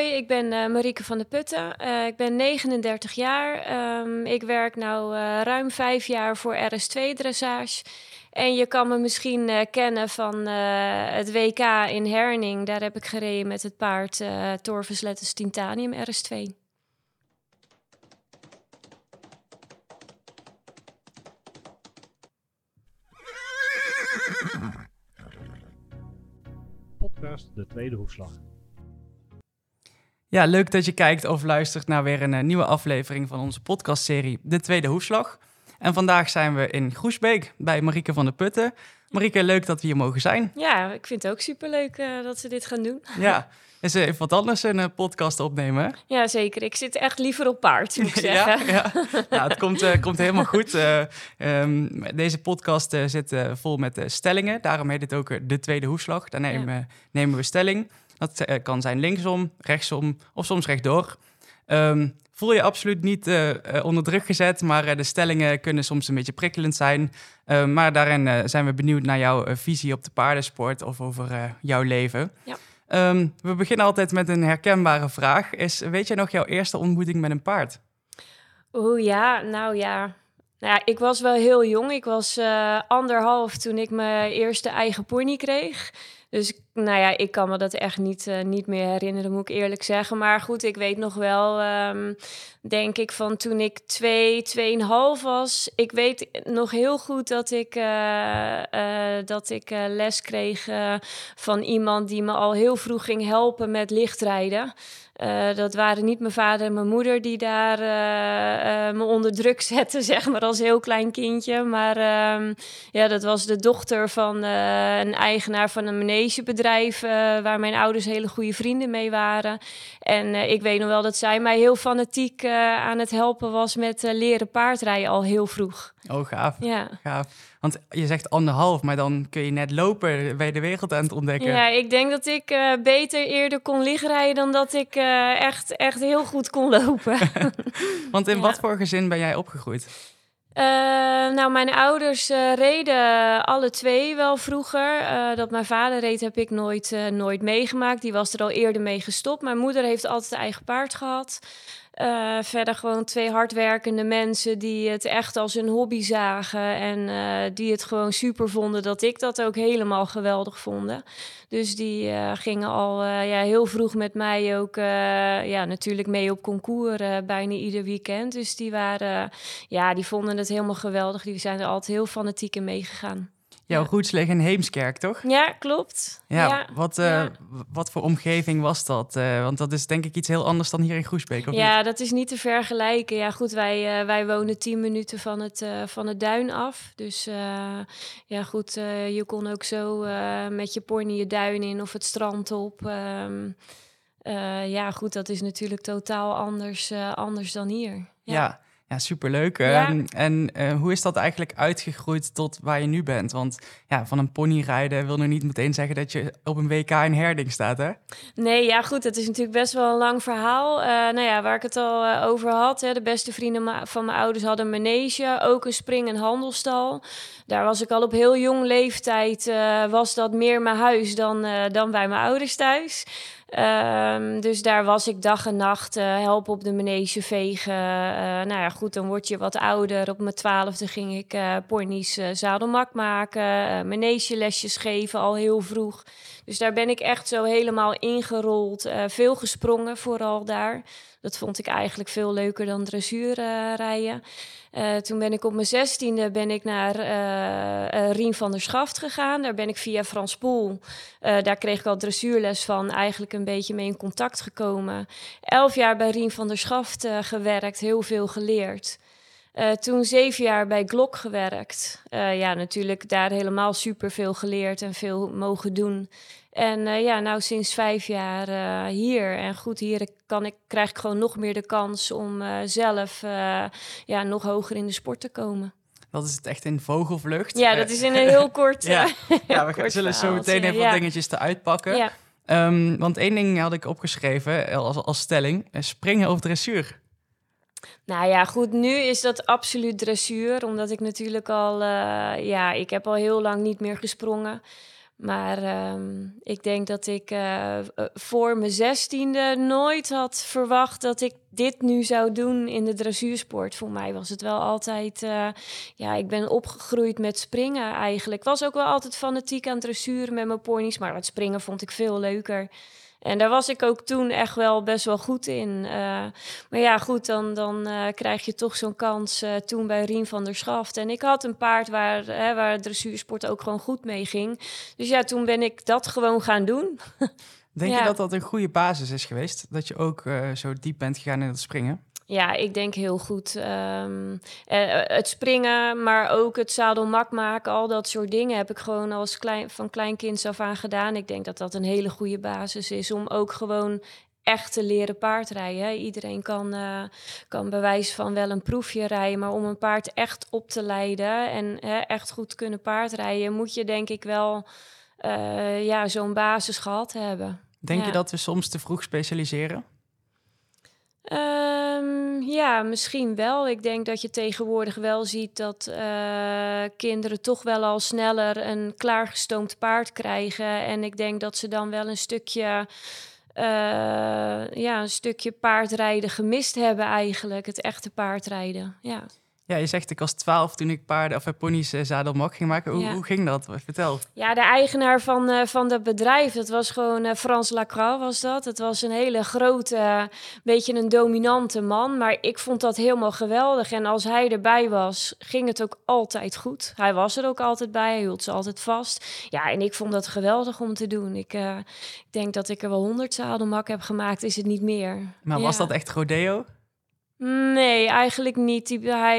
hoi, ik ben Marieke van der Putten. Ik ben 39 jaar. Ik werk nu ruim 5 jaar voor RS2 Dressage. En je kan me misschien kennen van het WK in Herning. Daar heb ik gereden met het paard Torvus Letters Titanium RS2. Podcast De Tweede Hoefslag. Ja, leuk dat je kijkt of luistert naar weer een nieuwe aflevering van onze podcastserie De Tweede Hoefslag. En vandaag zijn we in Groesbeek bij Marieke van der Putten. Marieke, leuk dat we hier mogen zijn. Ja, ik vind het ook superleuk dat ze dit gaan doen. Ja, is even wat anders een podcast opnemen, hè? Ja, zeker. Ik zit echt liever op paard, moet ik zeggen. Ja. Nou, het komt helemaal goed. Deze podcast zit vol met stellingen. Daarom heet het ook De Tweede Hoefslag. Daar nemen we stelling. Dat kan zijn linksom, rechtsom of soms rechtdoor. Voel je absoluut niet onder druk gezet, maar de stellingen kunnen soms een beetje prikkelend zijn. Maar daarin zijn we benieuwd naar jouw visie op de paardensport of over jouw leven. Ja. We beginnen altijd met een herkenbare vraag. Weet je nog jouw eerste ontmoeting met een paard? Oeh ja, nou ja. Nou ja, ik was wel heel jong. Ik was 1,5 toen ik mijn eerste eigen pony kreeg. Dus nou ja, ik kan me dat echt niet meer herinneren, moet ik eerlijk zeggen. Maar goed, ik weet nog wel, denk ik, van toen ik 2,5 was. Ik weet nog heel goed dat ik les kreeg van iemand die me al heel vroeg ging helpen met lichtrijden. Dat waren niet mijn vader en mijn moeder die daar me onder druk zetten, zeg maar, als heel klein kindje. Maar ja, dat was de dochter van een eigenaar van een manegebedrijf, waar mijn ouders hele goede vrienden mee waren. En ik weet nog wel dat zij mij heel fanatiek aan het helpen was met leren paardrijden al heel vroeg. Oh, gaaf. Ja. Gaaf. Want je zegt 1,5, maar dan kun je net lopen, ben je de wereld aan het ontdekken. Ja, ik denk dat ik beter eerder kon lichtrijden dan dat ik echt heel goed kon lopen. Want in wat voor gezin ben jij opgegroeid? Nou, mijn ouders reden alle twee wel vroeger. Dat mijn vader reed heb ik nooit meegemaakt. Die was er al eerder mee gestopt. Mijn moeder heeft altijd een eigen paard gehad. Verder gewoon 2 hardwerkende mensen die het echt als een hobby zagen. En die het gewoon super vonden dat ik dat ook helemaal geweldig vonden. Dus die gingen al heel vroeg met mij ook natuurlijk mee op concours bijna ieder weekend. Dus die vonden het helemaal geweldig. Die zijn er altijd heel fanatiek in meegegaan. Jouw roots liggen in Heemskerk, toch? Ja, klopt. Ja. Wat voor omgeving was dat? Want dat is denk ik iets heel anders dan hier in Groesbeek, of niet? Dat is niet te vergelijken. Ja, goed, wij wonen 10 minuten van het duin af. Dus je kon ook zo met je pony je duin in of het strand op. Dat is natuurlijk totaal anders dan hier. Ja, superleuk. Ja. En hoe is dat eigenlijk uitgegroeid tot waar je nu bent? Want ja, van een pony rijden wil nog niet meteen zeggen dat je op een WK in Herding staat, hè? Nee, ja goed, het is natuurlijk best wel een lang verhaal. Waar ik het al over had, de beste vrienden van mijn ouders hadden een manege, ook een spring- en handelstal. Daar was ik al op heel jong leeftijd, was dat meer mijn huis dan bij mijn ouders thuis. Dus daar was ik dag en nacht helpen op de manege vegen. Dan word je wat ouder. Op mijn 12e ging ik ponies zadelmak maken, manegelesjes geven al heel vroeg. Dus daar ben ik echt zo helemaal ingerold. Veel gesprongen, vooral daar. Dat vond ik eigenlijk veel leuker dan dressuur rijden. Toen ben ik op mijn 16e naar Rien van der Schaft gegaan. Daar ben ik via Frans Poel. Daar kreeg ik al dressuurles van. Eigenlijk een beetje mee in contact gekomen. 11 jaar bij Rien van der Schaft gewerkt. Heel veel geleerd. Toen 7 jaar bij Glock gewerkt. Natuurlijk daar helemaal superveel geleerd en veel mogen doen. En sinds 5 jaar hier. En goed, hier krijg ik gewoon nog meer de kans om zelf nog hoger in de sport te komen. Dat is het echt in vogelvlucht. Ja, dat is in een heel kort we zullen zo meteen even wat dingetjes eruit pakken. Ja. Want 1 ding had ik opgeschreven als stelling. Springen of dressuur? Nou ja, goed, nu is dat absoluut dressuur. Omdat ik natuurlijk ik heb al heel lang niet meer gesprongen. Maar ik denk dat ik voor mijn 16e nooit had verwacht dat ik dit nu zou doen in de dressuursport. Voor mij was het wel altijd... ik ben opgegroeid met springen eigenlijk. Ik was ook wel altijd fanatiek aan dressuur met mijn ponies, maar het springen vond ik veel leuker. En daar was ik ook toen echt wel best wel goed in. Maar ja, goed, dan krijg je toch zo'n kans toen bij Rien van der Schaft. En ik had een paard waar dressuursport ook gewoon goed mee ging. Dus ja, toen ben ik dat gewoon gaan doen. Denk je dat dat een goede basis is geweest? Dat je ook zo diep bent gegaan in het springen? Ja, ik denk heel goed. Het springen, maar ook het zadelmak maken, al dat soort dingen heb ik gewoon van klein kind af aan gedaan. Ik denk dat dat een hele goede basis is om ook gewoon echt te leren paardrijden. Hè. Iedereen kan bij wijze van wel een proefje rijden, maar om een paard echt op te leiden en echt goed te kunnen paardrijden, moet je denk ik wel zo'n basis gehad hebben. Denk je dat we soms te vroeg specialiseren? Ja, misschien wel. Ik denk dat je tegenwoordig wel ziet dat kinderen toch wel al sneller een klaargestoomd paard krijgen. En ik denk dat ze dan wel een stukje paardrijden gemist hebben eigenlijk. Het echte paardrijden, ja. Ja, je zegt ik was 12 toen ik ponies zadelmak ging maken. Hoe ging dat? Vertel. Ja, de eigenaar van dat bedrijf, dat was gewoon Frans Lacroix was dat. Het was een hele grote, beetje een dominante man. Maar ik vond dat helemaal geweldig. En als hij erbij was, ging het ook altijd goed. Hij was er ook altijd bij, hij hield ze altijd vast. Ja, en ik vond dat geweldig om te doen. Ik denk dat ik er wel 100 zadelmak heb gemaakt, is het niet meer. Maar was dat echt rodeo? Nee, eigenlijk niet.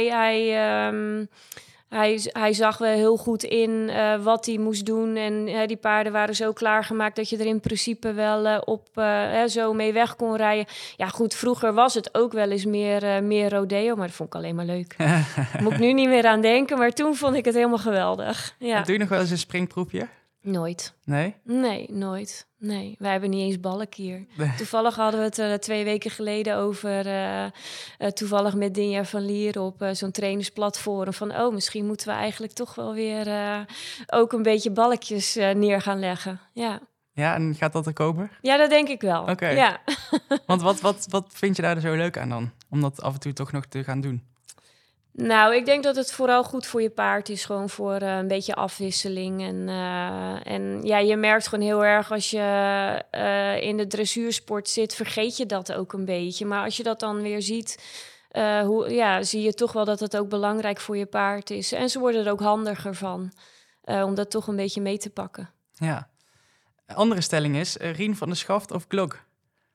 Hij zag wel heel goed in wat hij moest doen. En die paarden waren zo klaargemaakt dat je er in principe wel zo mee weg kon rijden. Ja goed, vroeger was het ook wel eens meer rodeo, maar dat vond ik alleen maar leuk. Moet ik nu niet meer aan denken, maar toen vond ik het helemaal geweldig. Ja. Doe je nog wel eens een springproefje? Nooit. Nee? Nee, nooit. Nee, wij hebben niet eens balk hier. Nee. Toevallig hadden we het 2 weken geleden over... toevallig met Dinja van Lier op zo'n trainersplatform... van misschien moeten we eigenlijk toch wel weer... ook een beetje balkjes neer gaan leggen. Ja. Ja, en gaat dat er komen? Ja, dat denk ik wel. Oké. Ja. Want wat vind je daar zo leuk aan dan? Om dat af en toe toch nog te gaan doen? Nou, ik denk dat het vooral goed voor je paard is. Gewoon voor een beetje afwisseling. En ja, je merkt gewoon heel erg als je in de dressuursport zit, vergeet je dat ook een beetje. Maar als je dat dan weer ziet, zie je toch wel dat het ook belangrijk voor je paard is. En ze worden er ook handiger van, om dat toch een beetje mee te pakken. Ja. Andere stelling is, Rien van der Schaft of Glok?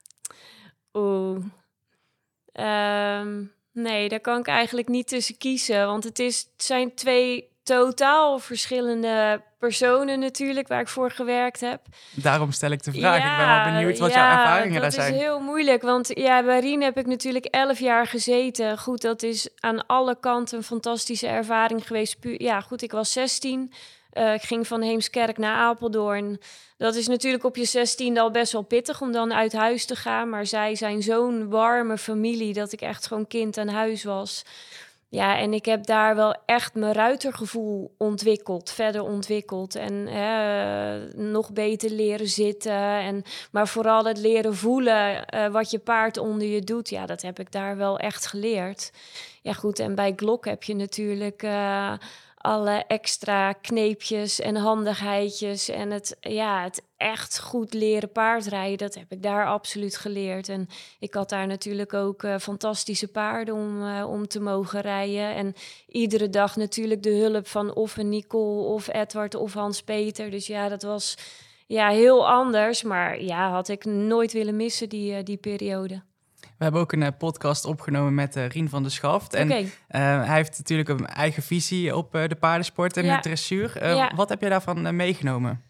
Nee, daar kan ik eigenlijk niet tussen kiezen. Want het zijn 2 totaal verschillende personen natuurlijk, waar ik voor gewerkt heb. Daarom stel ik de vraag. Ik ben wel benieuwd wat jouw ervaringen daar zijn. Dat is heel moeilijk, want bij Rien heb ik natuurlijk 11 jaar gezeten. Goed, dat is aan alle kanten een fantastische ervaring geweest. Ik was 16. Ik ging van Heemskerk naar Apeldoorn. Dat is natuurlijk op je 16e al best wel pittig om dan uit huis te gaan. Maar zij zijn zo'n warme familie dat ik echt gewoon kind aan huis was. Ja, en ik heb daar wel echt mijn ruitergevoel verder ontwikkeld. En nog beter leren zitten. Maar vooral het leren voelen wat je paard onder je doet. Ja, dat heb ik daar wel echt geleerd. Ja, goed, en bij Glok heb je natuurlijk... alle extra kneepjes en handigheidjes en het echt goed leren paardrijden, dat heb ik daar absoluut geleerd. En ik had daar natuurlijk ook fantastische paarden om te mogen rijden. En iedere dag natuurlijk de hulp van of een Nicole of Edward of Hans-Peter. Dus ja, dat was heel anders. Maar ja, had ik nooit willen missen die periode. We hebben ook een podcast opgenomen met Rien van der Schaft. En hij heeft natuurlijk een eigen visie op de paardensport en de dressuur. Wat heb jij daarvan meegenomen?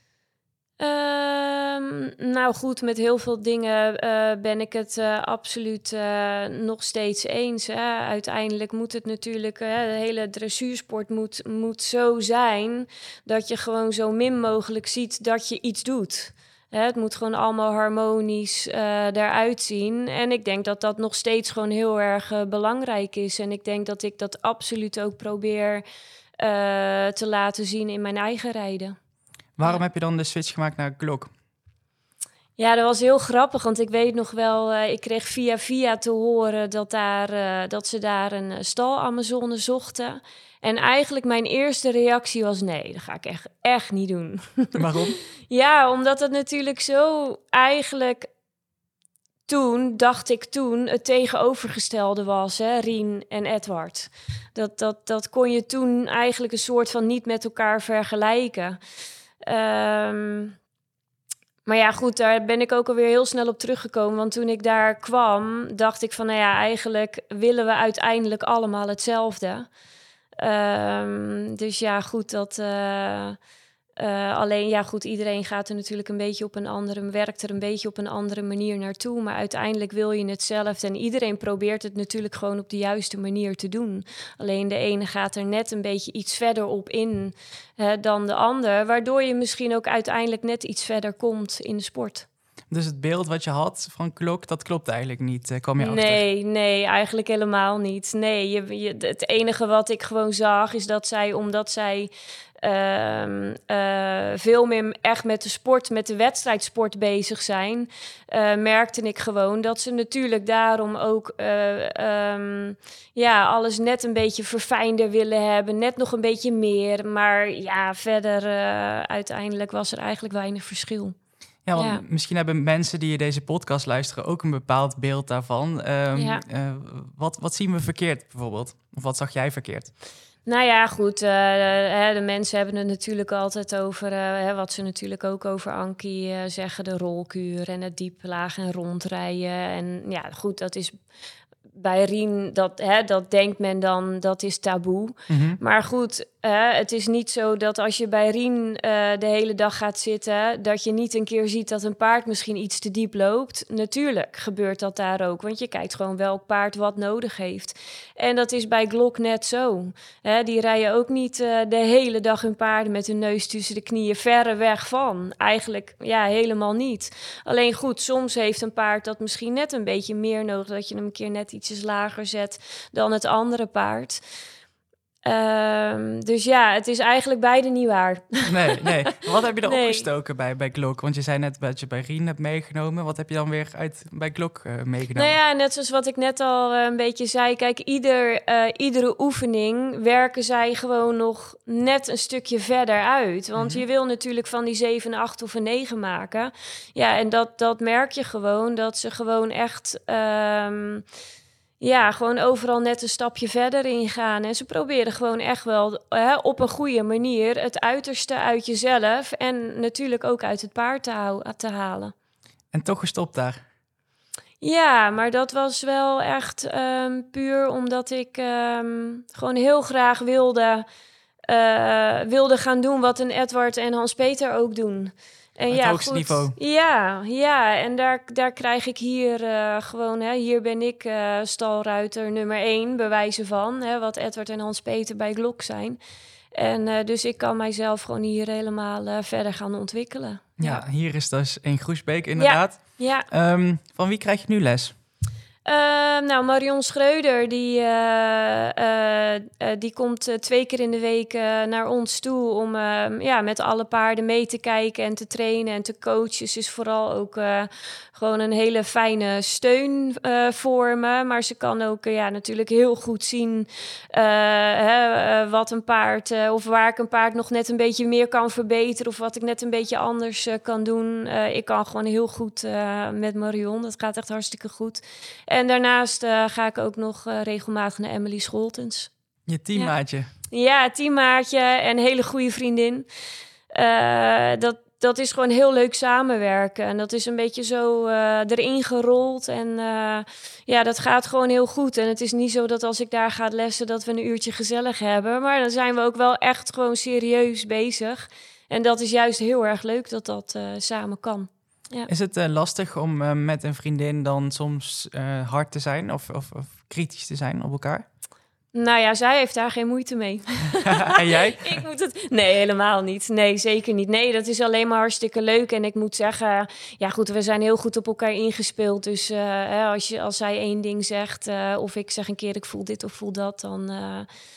Nou goed, met heel veel dingen ben ik het absoluut nog steeds eens. Hè. Uiteindelijk moet het natuurlijk, de hele dressuursport moet zo zijn dat je gewoon zo min mogelijk ziet dat je iets doet. Het moet gewoon allemaal harmonisch eruit zien. En ik denk dat dat nog steeds gewoon heel erg belangrijk is. En ik denk dat ik dat absoluut ook probeer te laten zien in mijn eigen rijden. Waarom heb je dan de switch gemaakt naar Glock? Ja, dat was heel grappig, want ik weet nog wel, ik kreeg via te horen dat ze daar een stal-Amazone zochten. En eigenlijk mijn eerste reactie was nee, dat ga ik echt niet doen. Waarom? Ja, omdat het natuurlijk zo eigenlijk dacht ik het tegenovergestelde was, hè, Rien en Edward. Dat kon je toen eigenlijk een soort van niet met elkaar vergelijken. Maar ja, goed, daar ben ik ook alweer heel snel op teruggekomen. Want toen ik daar kwam, dacht ik van, nou ja, eigenlijk willen we uiteindelijk allemaal hetzelfde. Dus ja, goed, alleen, ja goed, iedereen gaat er natuurlijk werkt er een beetje op een andere manier naartoe. Maar uiteindelijk wil je hetzelfde. En iedereen probeert het natuurlijk gewoon op de juiste manier te doen. Alleen de ene gaat er net een beetje iets verder op in dan de ander. Waardoor je misschien ook uiteindelijk net iets verder komt in de sport. Dus het beeld wat je had van Glock, dat klopt eigenlijk niet, kwam je achter? Nee, eigenlijk helemaal niet. Nee, het enige wat ik gewoon zag is dat zij, omdat zij veel meer echt met de sport, met de wedstrijdsport bezig zijn, merkte ik gewoon dat ze natuurlijk daarom ook alles net een beetje verfijnder willen hebben, net nog een beetje meer. Maar ja, verder uiteindelijk was er eigenlijk weinig verschil. Ja, want misschien hebben mensen die deze podcast luisteren ook een bepaald beeld daarvan. Wat zien we verkeerd bijvoorbeeld? Of wat zag jij verkeerd? Nou ja, goed. De mensen hebben het natuurlijk altijd over wat ze natuurlijk ook over Ankie zeggen, de rolkuur en het diep, laag en rondrijden. En ja, goed, dat is bij Rien, dat denkt men dan, dat is taboe. Mm-hmm. Maar goed, het is niet zo dat als je bij Rien de hele dag gaat zitten, dat je niet een keer ziet dat een paard misschien iets te diep loopt. Natuurlijk gebeurt dat daar ook, want je kijkt gewoon welk paard wat nodig heeft. En dat is bij Glock net zo. Die rijden ook niet de hele dag hun paarden met hun neus tussen de knieën, verre weg van. Eigenlijk, ja, helemaal niet. Alleen goed, soms heeft een paard dat misschien net een beetje meer nodig, dat je hem een keer net ietsjes lager zet dan het andere paard. Dus ja, het is eigenlijk beide niet waar. Nee. Wat heb je er opgestoken bij Glock? Want je zei net dat je bij Rien hebt meegenomen. Wat heb je dan weer bij Glock meegenomen? Nou ja, net zoals wat ik net al een beetje zei. Kijk, iedere oefening werken zij gewoon nog net een stukje verder uit. Want je wil natuurlijk van die 7, 8 of een 9 maken. Ja, en dat merk je gewoon. Dat ze gewoon echt gewoon overal net een stapje verder ingaan. En ze proberen gewoon echt wel op een goede manier het uiterste uit jezelf en natuurlijk ook uit het paard te halen. En toch gestopt daar? Ja, maar dat was wel echt puur omdat ik gewoon heel graag wilde gaan doen wat een Edward en Hans-Peter ook doen. En het hoogste niveau. Ja, en daar krijg ik hier gewoon, hier ben ik stalruiter nummer 1, bewijzen van, wat Edward en Hans-Peter bij Glock zijn. En dus ik kan mijzelf gewoon hier helemaal verder gaan ontwikkelen. Ja, hier is dus in Groesbeek inderdaad. Ja. Van wie krijg je nu les? Marion Schreuder, die komt 2 keer in de week naar ons toe om met alle paarden mee te kijken en te trainen en te coachen. Ze is vooral ook gewoon een hele fijne steun voor me. Maar ze kan ook natuurlijk heel goed zien wat een paard, of waar ik een paard nog net een beetje meer kan verbeteren of wat ik net een beetje anders kan doen. Ik kan gewoon heel goed met Marion. Dat gaat echt hartstikke goed. En daarnaast ga ik ook nog regelmatig naar Emily Scholtens. Je teammaatje? Ja, teammaatje en hele goede vriendin. Dat is gewoon heel leuk samenwerken. En dat is een beetje zo erin gerold. En dat gaat gewoon heel goed. En het is niet zo dat als ik daar ga lessen dat we een uurtje gezellig hebben. Maar dan zijn we ook wel echt gewoon serieus bezig. En dat is juist heel erg leuk dat samen kan. Ja. Is het lastig om met een vriendin dan soms hard te zijn of kritisch te zijn op elkaar? Nou ja, zij heeft daar geen moeite mee. En jij? Ik moet het... Nee, helemaal niet. Nee, zeker niet. Nee, dat is alleen maar hartstikke leuk. En ik moet zeggen, ja goed, we zijn heel goed op elkaar ingespeeld. Dus als zij één ding zegt of ik zeg een keer ik voel dit of voel dat, dan...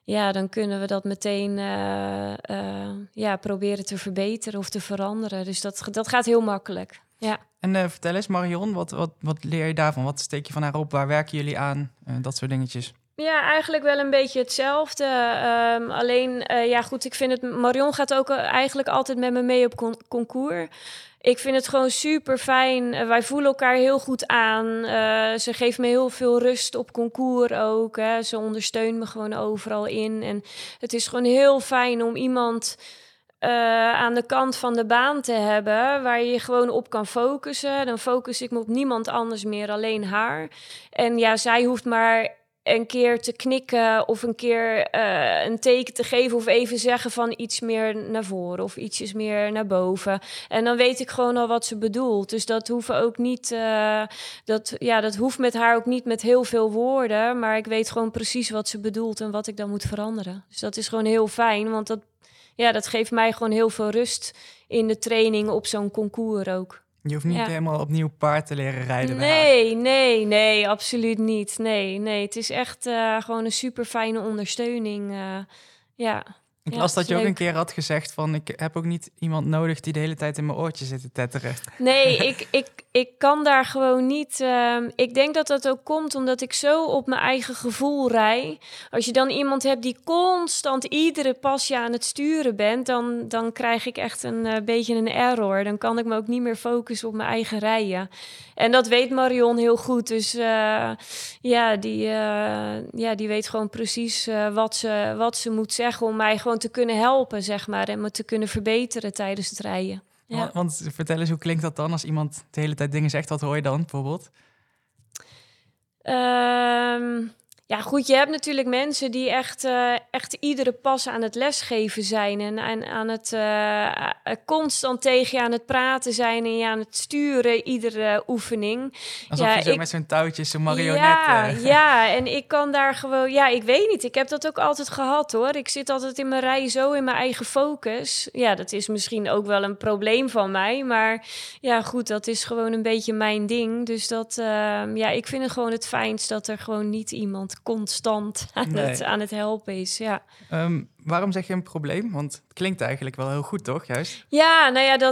ja, dan kunnen we dat meteen proberen te verbeteren of te veranderen. Dus dat gaat heel makkelijk. Ja. En vertel eens, Marion, wat leer je daarvan? Wat steek je van haar op? Waar werken jullie aan? Dat soort dingetjes. Ja, eigenlijk wel een beetje hetzelfde. Alleen, goed, ik vind het... Marion gaat ook eigenlijk altijd met me mee op concours. Ik vind het gewoon super fijn. Wij voelen elkaar heel goed aan. Ze geeft me heel veel rust op concours ook. Hè. Ze ondersteunt me gewoon overal in. En het is gewoon heel fijn om iemand aan de kant van de baan te hebben waar je gewoon op kan focussen. Dan focus ik me op niemand anders meer, alleen haar. En ja, zij hoeft maar een keer te knikken of een keer een teken te geven of even zeggen van iets meer naar voren of ietsjes meer naar boven. En dan weet ik gewoon al wat ze bedoelt. Dus dat hoeft ook niet, dat hoeft met haar ook niet met heel veel woorden, maar ik weet gewoon precies wat ze bedoelt en wat ik dan moet veranderen. Dus dat is gewoon heel fijn, want dat geeft mij gewoon heel veel rust in de training op zo'n concours ook. Je hoeft niet helemaal opnieuw paard te leren rijden. Nee, absoluut niet. Nee, het is echt gewoon een super fijne ondersteuning. Ik las dat je ook een keer had gezegd van... ik heb ook niet iemand nodig die de hele tijd in mijn oortje zit te tetteren. Nee, ik kan daar gewoon niet... ik denk dat dat ook komt omdat ik zo op mijn eigen gevoel rij. Als je dan iemand hebt die constant iedere pasje aan het sturen bent... dan krijg ik echt een beetje een error. Dan kan ik me ook niet meer focussen op mijn eigen rijden. En dat weet Marion heel goed. Dus die weet gewoon precies wat ze moet zeggen... om mij gewoon te kunnen helpen, zeg maar. En me te kunnen verbeteren tijdens het rijden. Ja. Want vertel eens, hoe klinkt dat dan als iemand de hele tijd dingen zegt? Wat hoor je dan bijvoorbeeld? Ja, goed, je hebt natuurlijk mensen die echt iedere pas aan het lesgeven zijn... en aan het constant tegen je aan het praten zijn... en je aan het sturen, iedere oefening. Alsof je zo met zo'n touwtje, zo'n marionet... Ja, en ik kan daar gewoon... Ja, ik weet niet, ik heb dat ook altijd gehad, hoor. Ik zit altijd in mijn rij zo in mijn eigen focus. Ja, dat is misschien ook wel een probleem van mij... maar ja, goed, dat is gewoon een beetje mijn ding. Dus ik vind het gewoon het fijnst dat er gewoon niet iemand... constant aan het helpen is, ja. Waarom zeg je een probleem? Want het klinkt eigenlijk wel heel goed, toch? Juist? Ja, nou ja,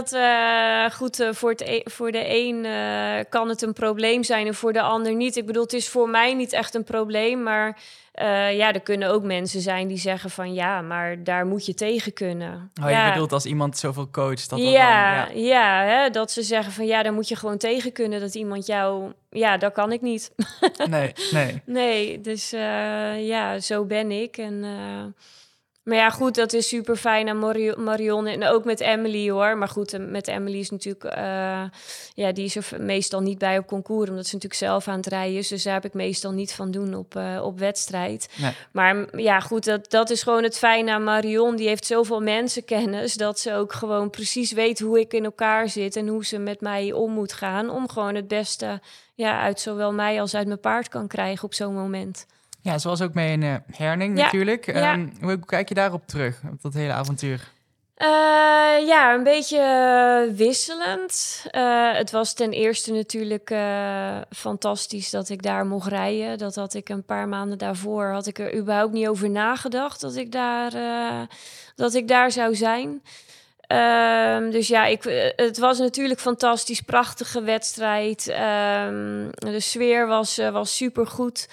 voor de een kan het een probleem zijn en voor de ander niet. Ik bedoel, het is voor mij niet echt een probleem, maar er kunnen ook mensen zijn die zeggen van ja, maar daar moet je tegen kunnen. Je bedoelt als iemand zoveel coacht? Dat ze zeggen van ja, daar moet je gewoon tegen kunnen dat iemand jou... Ja, dat kan ik niet. Nee, dus zo ben ik en... Maar ja, goed, dat is super fijn aan Marion en ook met Emily, hoor. Maar goed, met Emily is natuurlijk... die is er meestal niet bij op concours... omdat ze natuurlijk zelf aan het rijden is. Dus daar heb ik meestal niet van doen op wedstrijd. Nee. Maar ja, goed, dat is gewoon het fijne aan Marion. Die heeft zoveel mensenkennis... dat ze ook gewoon precies weet hoe ik in elkaar zit... en hoe ze met mij om moet gaan... om gewoon het beste uit zowel mij als uit mijn paard kan krijgen op zo'n moment. Ja, zoals ook bij een Herning natuurlijk. Hoe kijk je daarop terug, op dat hele avontuur? Een beetje wisselend. Het was ten eerste natuurlijk fantastisch dat ik daar mocht rijden. Dat had ik een paar maanden daarvoor, had ik er überhaupt niet over nagedacht dat ik daar zou zijn. Het was natuurlijk fantastisch, prachtige wedstrijd. De sfeer was supergoed.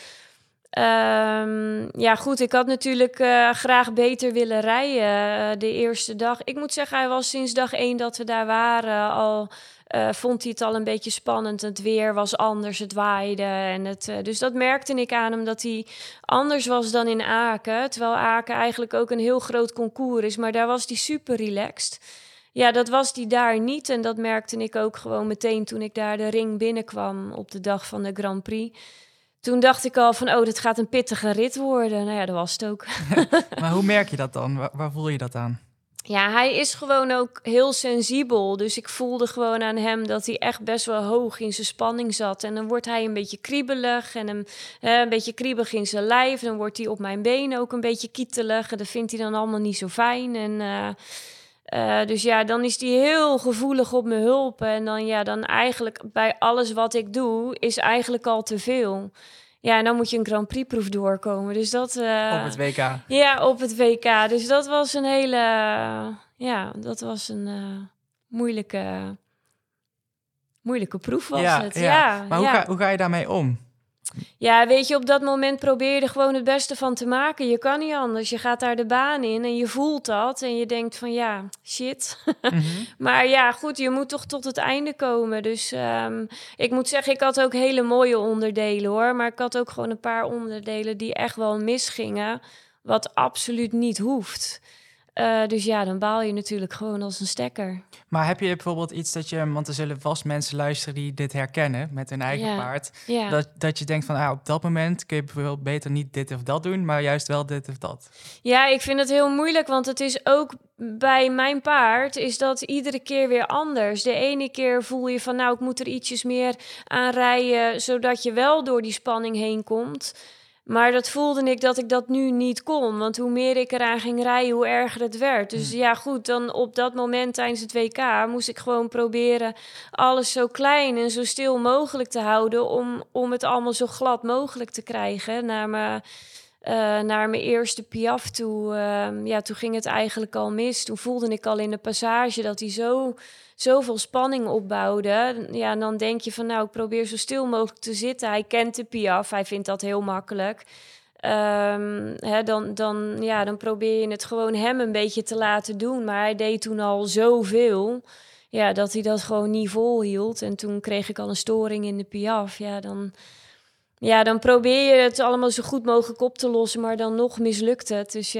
Goed, ik had natuurlijk graag beter willen rijden de eerste dag. Ik moet zeggen, hij was sinds dag 1 dat we daar waren al... vond hij het al een beetje spannend. Het weer was anders, het waaide. Dus dat merkte ik aan hem, dat hij anders was dan in Aken. Terwijl Aken eigenlijk ook een heel groot concours is. Maar daar was hij super relaxed. Ja, dat was hij daar niet. En dat merkte ik ook gewoon meteen toen ik daar de ring binnenkwam... op de dag van de Grand Prix. Toen dacht ik al van, dit gaat een pittige rit worden. Nou ja, dat was het ook. Maar hoe merk je dat dan? Waar voel je dat aan? Ja, hij is gewoon ook heel sensibel. Dus ik voelde gewoon aan hem dat hij echt best wel hoog in zijn spanning zat. En dan wordt hij een beetje kriebelig en een beetje kriebelig in zijn lijf. Dan wordt hij op mijn benen ook een beetje kietelig. En dat vindt hij dan allemaal niet zo fijn. En... dan is hij heel gevoelig op mijn hulp. En dan eigenlijk bij alles wat ik doe, is eigenlijk al te veel. Ja, en dan moet je een Grand Prix proef doorkomen. Dus dat... Op het WK. Ja, op het WK. Dus dat was een hele... dat was een moeilijke proef was het. Ja, maar hoe ga je daarmee om? Ja, weet je, op dat moment probeer je er gewoon het beste van te maken. Je kan niet anders. Je gaat daar de baan in en je voelt dat. En je denkt van, ja, shit. Maar ja, goed, je moet toch tot het einde komen. Dus ik moet zeggen, ik had ook hele mooie onderdelen, hoor. Maar ik had ook gewoon een paar onderdelen die echt wel misgingen. Wat absoluut niet hoeft. Dus ja, dan baal je natuurlijk gewoon als een stekker. Maar heb je bijvoorbeeld iets dat je... Want er zullen vast mensen luisteren die dit herkennen met hun eigen paard. Ja. Dat je denkt van, op dat moment kun je bijvoorbeeld beter niet dit of dat doen, maar juist wel dit of dat. Ja, ik vind het heel moeilijk, want het is ook bij mijn paard is dat iedere keer weer anders. De ene keer voel je van, ik moet er ietsjes meer aan rijden, zodat je wel door die spanning heen komt. Maar dat voelde ik dat nu niet kon. Want hoe meer ik eraan ging rijden, hoe erger het werd. Dus ja, goed, dan op dat moment tijdens het WK moest ik gewoon proberen alles zo klein en zo stil mogelijk te houden om het allemaal zo glad mogelijk te krijgen naar mijn eerste Piaf toe. Toen ging het eigenlijk al mis. Toen voelde ik al in de passage dat hij zoveel spanning opbouwde. Ja, en dan denk je van, ik probeer zo stil mogelijk te zitten. Hij kent de Piaf, hij vindt dat heel makkelijk. Dan probeer je het gewoon hem een beetje te laten doen. Maar hij deed toen al zoveel, dat hij dat gewoon niet volhield. En toen kreeg ik al een storing in de Piaf. Dan probeer je het allemaal zo goed mogelijk op te lossen, maar dan nog mislukt het. Dus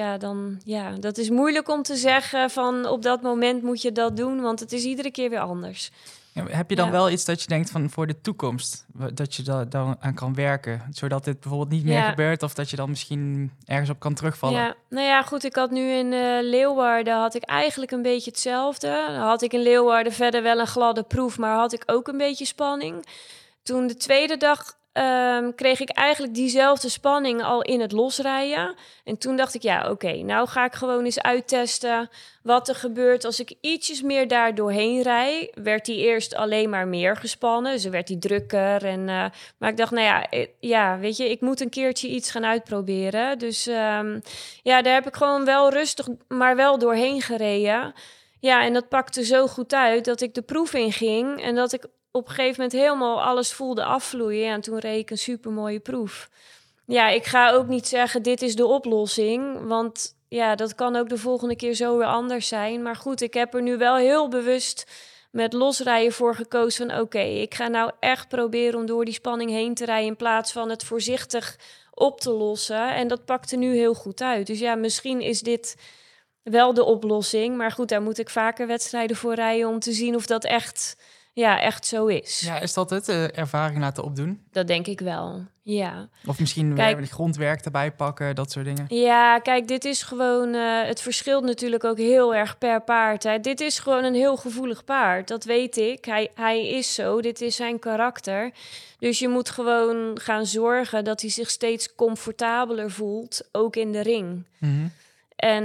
dat is moeilijk om te zeggen van op dat moment moet je dat doen, want het is iedere keer weer anders. Ja, heb je dan wel iets dat je denkt van voor de toekomst, dat je daar dan aan kan werken, zodat dit bijvoorbeeld niet meer gebeurt of dat je dan misschien ergens op kan terugvallen? Ja, nou ja, goed, ik had nu in Leeuwarden had ik eigenlijk een beetje hetzelfde. Dan had ik in Leeuwarden verder wel een gladde proef, maar had ik ook een beetje spanning. Toen de tweede dag kreeg ik eigenlijk diezelfde spanning al in het losrijden. En toen dacht ik, nou ga ik gewoon eens uittesten wat er gebeurt als ik ietsjes meer daar doorheen rijd. Werd die eerst alleen maar meer gespannen, dus werd die drukker. Maar ik dacht, weet je, ik moet een keertje iets gaan uitproberen. Dus daar heb ik gewoon wel rustig, maar wel doorheen gereden. Ja, en dat pakte zo goed uit dat ik de proef inging en dat ik op een gegeven moment helemaal alles voelde afvloeien. En toen reed ik een supermooie proef. Ja, ik ga ook niet zeggen, dit is de oplossing. Want dat kan ook de volgende keer zo weer anders zijn. Maar goed, ik heb er nu wel heel bewust met losrijden voor gekozen van oké, ik ga nou echt proberen om door die spanning heen te rijden in plaats van het voorzichtig op te lossen. En dat pakte nu heel goed uit. Dus ja, misschien is dit wel de oplossing. Maar goed, daar moet ik vaker wedstrijden voor rijden om te zien of dat echt zo is. Ja, is dat het? Ervaring laten opdoen? Dat denk ik wel, ja. Of misschien weer grondwerk erbij pakken, dat soort dingen? Ja, kijk, dit is gewoon... het verschilt natuurlijk ook heel erg per paard. Hè. Dit is gewoon een heel gevoelig paard, dat weet ik. Hij is zo, dit is zijn karakter. Dus je moet gewoon gaan zorgen dat hij zich steeds comfortabeler voelt, ook in de ring. Mm-hmm. En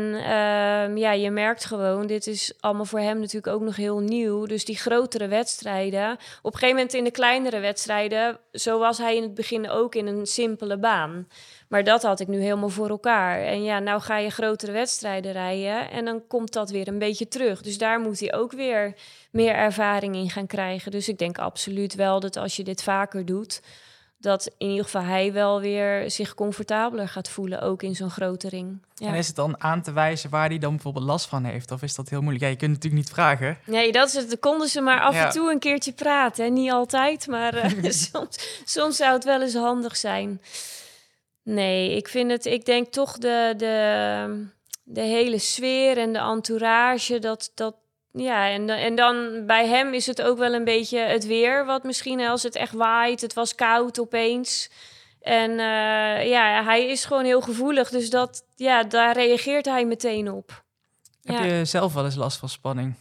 je merkt gewoon, dit is allemaal voor hem natuurlijk ook nog heel nieuw. Dus die grotere wedstrijden, op een gegeven moment in de kleinere wedstrijden, zo was hij in het begin ook in een simpele baan. Maar dat had ik nu helemaal voor elkaar. En nou ga je grotere wedstrijden rijden en dan komt dat weer een beetje terug. Dus daar moet hij ook weer meer ervaring in gaan krijgen. Dus ik denk absoluut wel dat als je dit vaker doet, dat in ieder geval hij wel weer zich comfortabeler gaat voelen, ook in zo'n grote ring. Ja. En is het dan aan te wijzen waar hij dan bijvoorbeeld last van heeft? Of is dat heel moeilijk? Ja, je kunt het natuurlijk niet vragen. Nee, dat is het. Dan konden ze maar af en toe een keertje praten. Hè? Niet altijd, maar soms zou het wel eens handig zijn. Nee, ik denk toch de hele sfeer en de entourage, dat ja, en dan bij hem is het ook wel een beetje het weer, wat misschien als het echt waait, het was koud opeens. En hij is gewoon heel gevoelig, dus daar reageert hij meteen op. Heb je zelf wel eens last van spanning?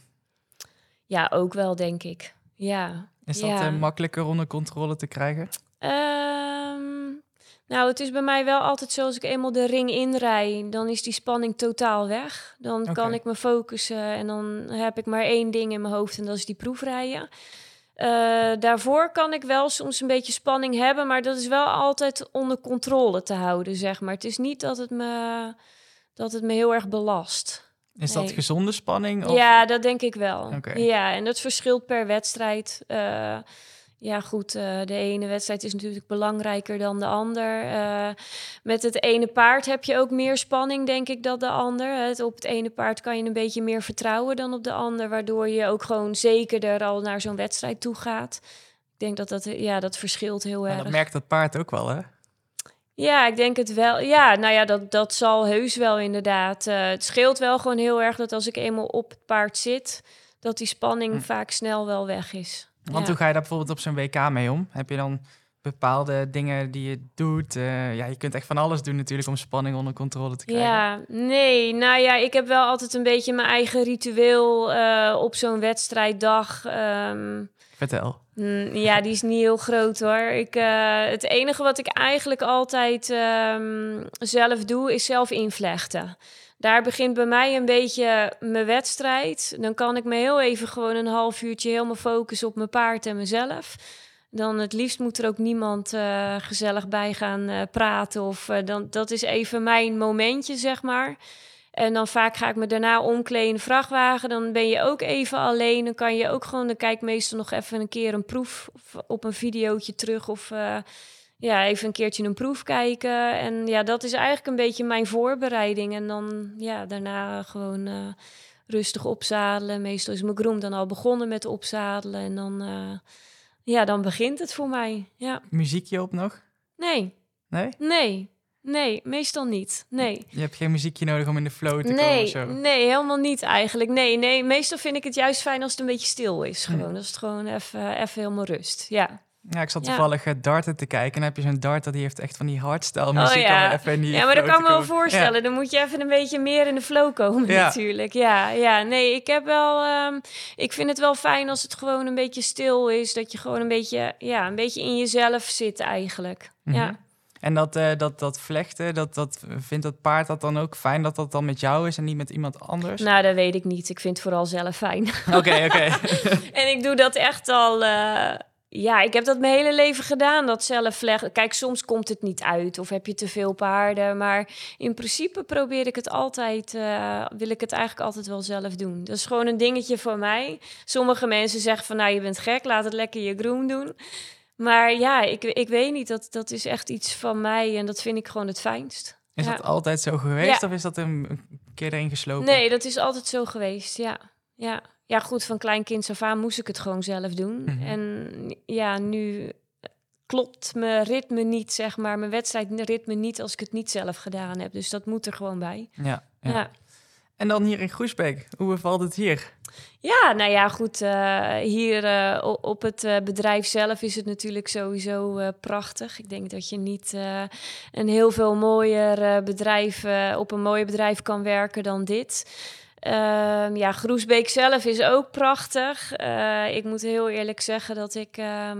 Ja, ook wel, denk ik. Ja. Is dat makkelijker onder controle te krijgen? Nou, het is bij mij wel altijd zo, als ik eenmaal de ring inrij, dan is die spanning totaal weg. Dan kan ik me focussen en dan heb ik maar één ding in mijn hoofd en dat is die proefrijden. Daarvoor kan ik wel soms een beetje spanning hebben, maar dat is wel altijd onder controle te houden, zeg maar. Het is niet dat het me heel erg belast. Is dat gezonde spanning? Of? Ja, dat denk ik wel. Okay. Ja, en dat verschilt per wedstrijd. Ja, goed, de ene wedstrijd is natuurlijk belangrijker dan de ander. Met het ene paard heb je ook meer spanning, denk ik, dan de ander. Op het ene paard kan je een beetje meer vertrouwen dan op de ander, waardoor je ook gewoon zekerder al naar zo'n wedstrijd toe gaat. Ik denk dat verschilt heel erg. Dat merkt dat paard ook wel, hè? Ja, ik denk het wel. Ja, nou ja, dat zal heus wel inderdaad. Het scheelt wel gewoon heel erg dat als ik eenmaal op het paard zit, dat die spanning vaak snel wel weg is. Want hoe ga je daar bijvoorbeeld op zo'n WK mee om? Heb je dan bepaalde dingen die je doet? Je kunt echt van alles doen natuurlijk om spanning onder controle te krijgen. Ja, nee. Nou ja, ik heb wel altijd een beetje mijn eigen ritueel op zo'n wedstrijddag. Vertel. Ja, die is niet heel groot hoor. Het enige wat ik eigenlijk altijd zelf doe, is zelf invlechten. Daar begint bij mij een beetje mijn wedstrijd. Dan kan ik me heel even gewoon een half uurtje helemaal focussen op mijn paard en mezelf. Dan het liefst moet er ook niemand gezellig bij gaan praten. Dat is even mijn momentje, zeg maar. En dan vaak ga ik me daarna omkleden in de vrachtwagen. Dan ben je ook even alleen. Dan kan je ook gewoon, dan kijk ik meestal nog even een keer een proef op een videootje terug. Of even een keertje een proef kijken. En ja, dat is eigenlijk een beetje mijn voorbereiding. En dan daarna gewoon rustig opzadelen. Meestal is mijn groom dan al begonnen met opzadelen. En dan begint het voor mij. Ja. Muziekje op nog? Nee. Nee? Nee. Nee, meestal niet. Nee. Je hebt geen muziekje nodig om in de flow te komen of zo? Nee, helemaal niet eigenlijk. Nee, meestal vind ik het juist fijn als het een beetje stil is. Gewoon, als het gewoon even helemaal rust. Ja. Ja, ik zat toevallig darten te kijken. En dan heb je zo'n darter, die heeft echt van die hardstyle muziek. Ja, even in die maar dat kan ik me wel voorstellen. Ja. Dan moet je even een beetje meer in de flow komen natuurlijk. Ja. Nee, ik heb wel... ik vind het wel fijn als het gewoon een beetje stil is. Dat je gewoon een beetje in jezelf zit eigenlijk. Mm-hmm. Ja. En dat vlechten, vindt dat paard dat dan ook fijn dat dat dan met jou is en niet met iemand anders? Nou, dat weet ik niet. Ik vind het vooral zelf fijn. Oké. En ik doe dat echt al... ik heb dat mijn hele leven gedaan, dat zelf vlechten. Kijk, soms komt het niet uit of heb je te veel paarden. Maar in principe probeer ik het altijd... wil ik het eigenlijk altijd wel zelf doen. Dat is gewoon een dingetje voor mij. Sommige mensen zeggen van, nou, je bent gek, laat het lekker je groom doen. Maar ja, ik weet niet, dat is echt iets van mij en dat vind ik gewoon het fijnst. Is dat altijd zo geweest of is dat een keer erin geslopen? Nee, dat is altijd zo geweest, ja. Ja, goed, van klein kind af aan moest ik het gewoon zelf doen. Mm-hmm. En ja, nu klopt mijn ritme niet, zeg maar. Mijn wedstrijdritme niet als ik het niet zelf gedaan heb. Dus dat moet er gewoon bij. Ja. En dan hier in Groesbeek, hoe bevalt het hier? Ja, nou ja, goed. Hier op het bedrijf zelf is het natuurlijk sowieso prachtig. Ik denk dat je niet een heel veel mooier bedrijf op een mooier bedrijf kan werken dan dit. Groesbeek zelf is ook prachtig. Ik moet heel eerlijk zeggen dat ik...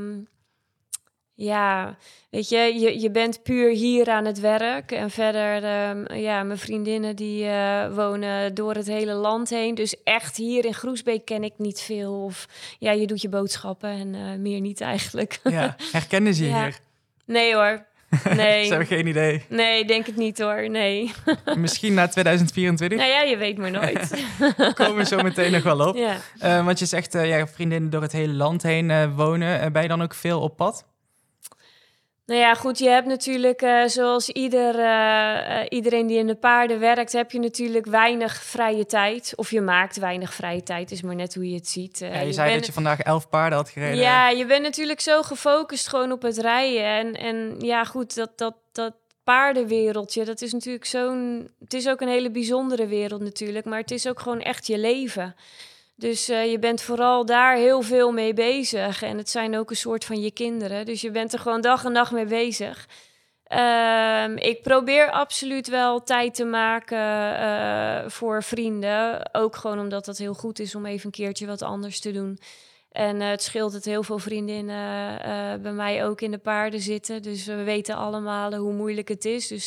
weet je bent puur hier aan het werk. En verder, mijn vriendinnen die wonen door het hele land heen. Dus echt hier in Groesbeek ken ik niet veel. Of je doet je boodschappen en meer niet eigenlijk. Ja, herkennen ze je hier? Nee hoor. Nee. Ze hebben geen idee. Nee, denk het niet hoor, nee. Misschien na 2024? Nou ja, je weet maar nooit. Komen we zo meteen nog wel op. Ja. Want je zegt, vriendinnen door het hele land heen wonen. Ben je dan ook veel op pad? Nou ja, goed, je hebt natuurlijk, zoals iedereen die in de paarden werkt, heb je natuurlijk weinig vrije tijd. Of je maakt weinig vrije tijd, is maar net hoe je het ziet. Je zei dat je vandaag 11 paarden had gereden. Ja, je bent natuurlijk zo gefocust gewoon op het rijden. En ja, goed, dat paardenwereldje, dat is natuurlijk het is ook een hele bijzondere wereld natuurlijk, maar het is ook gewoon echt je leven. Dus je bent vooral daar heel veel mee bezig. En het zijn ook een soort van je kinderen. Dus je bent er gewoon dag en nacht mee bezig. Ik probeer absoluut wel tijd te maken voor vrienden. Ook gewoon omdat het heel goed is om even een keertje wat anders te doen. En het scheelt dat heel veel vriendinnen bij mij ook in de paarden zitten. Dus we weten allemaal hoe moeilijk het is. Dus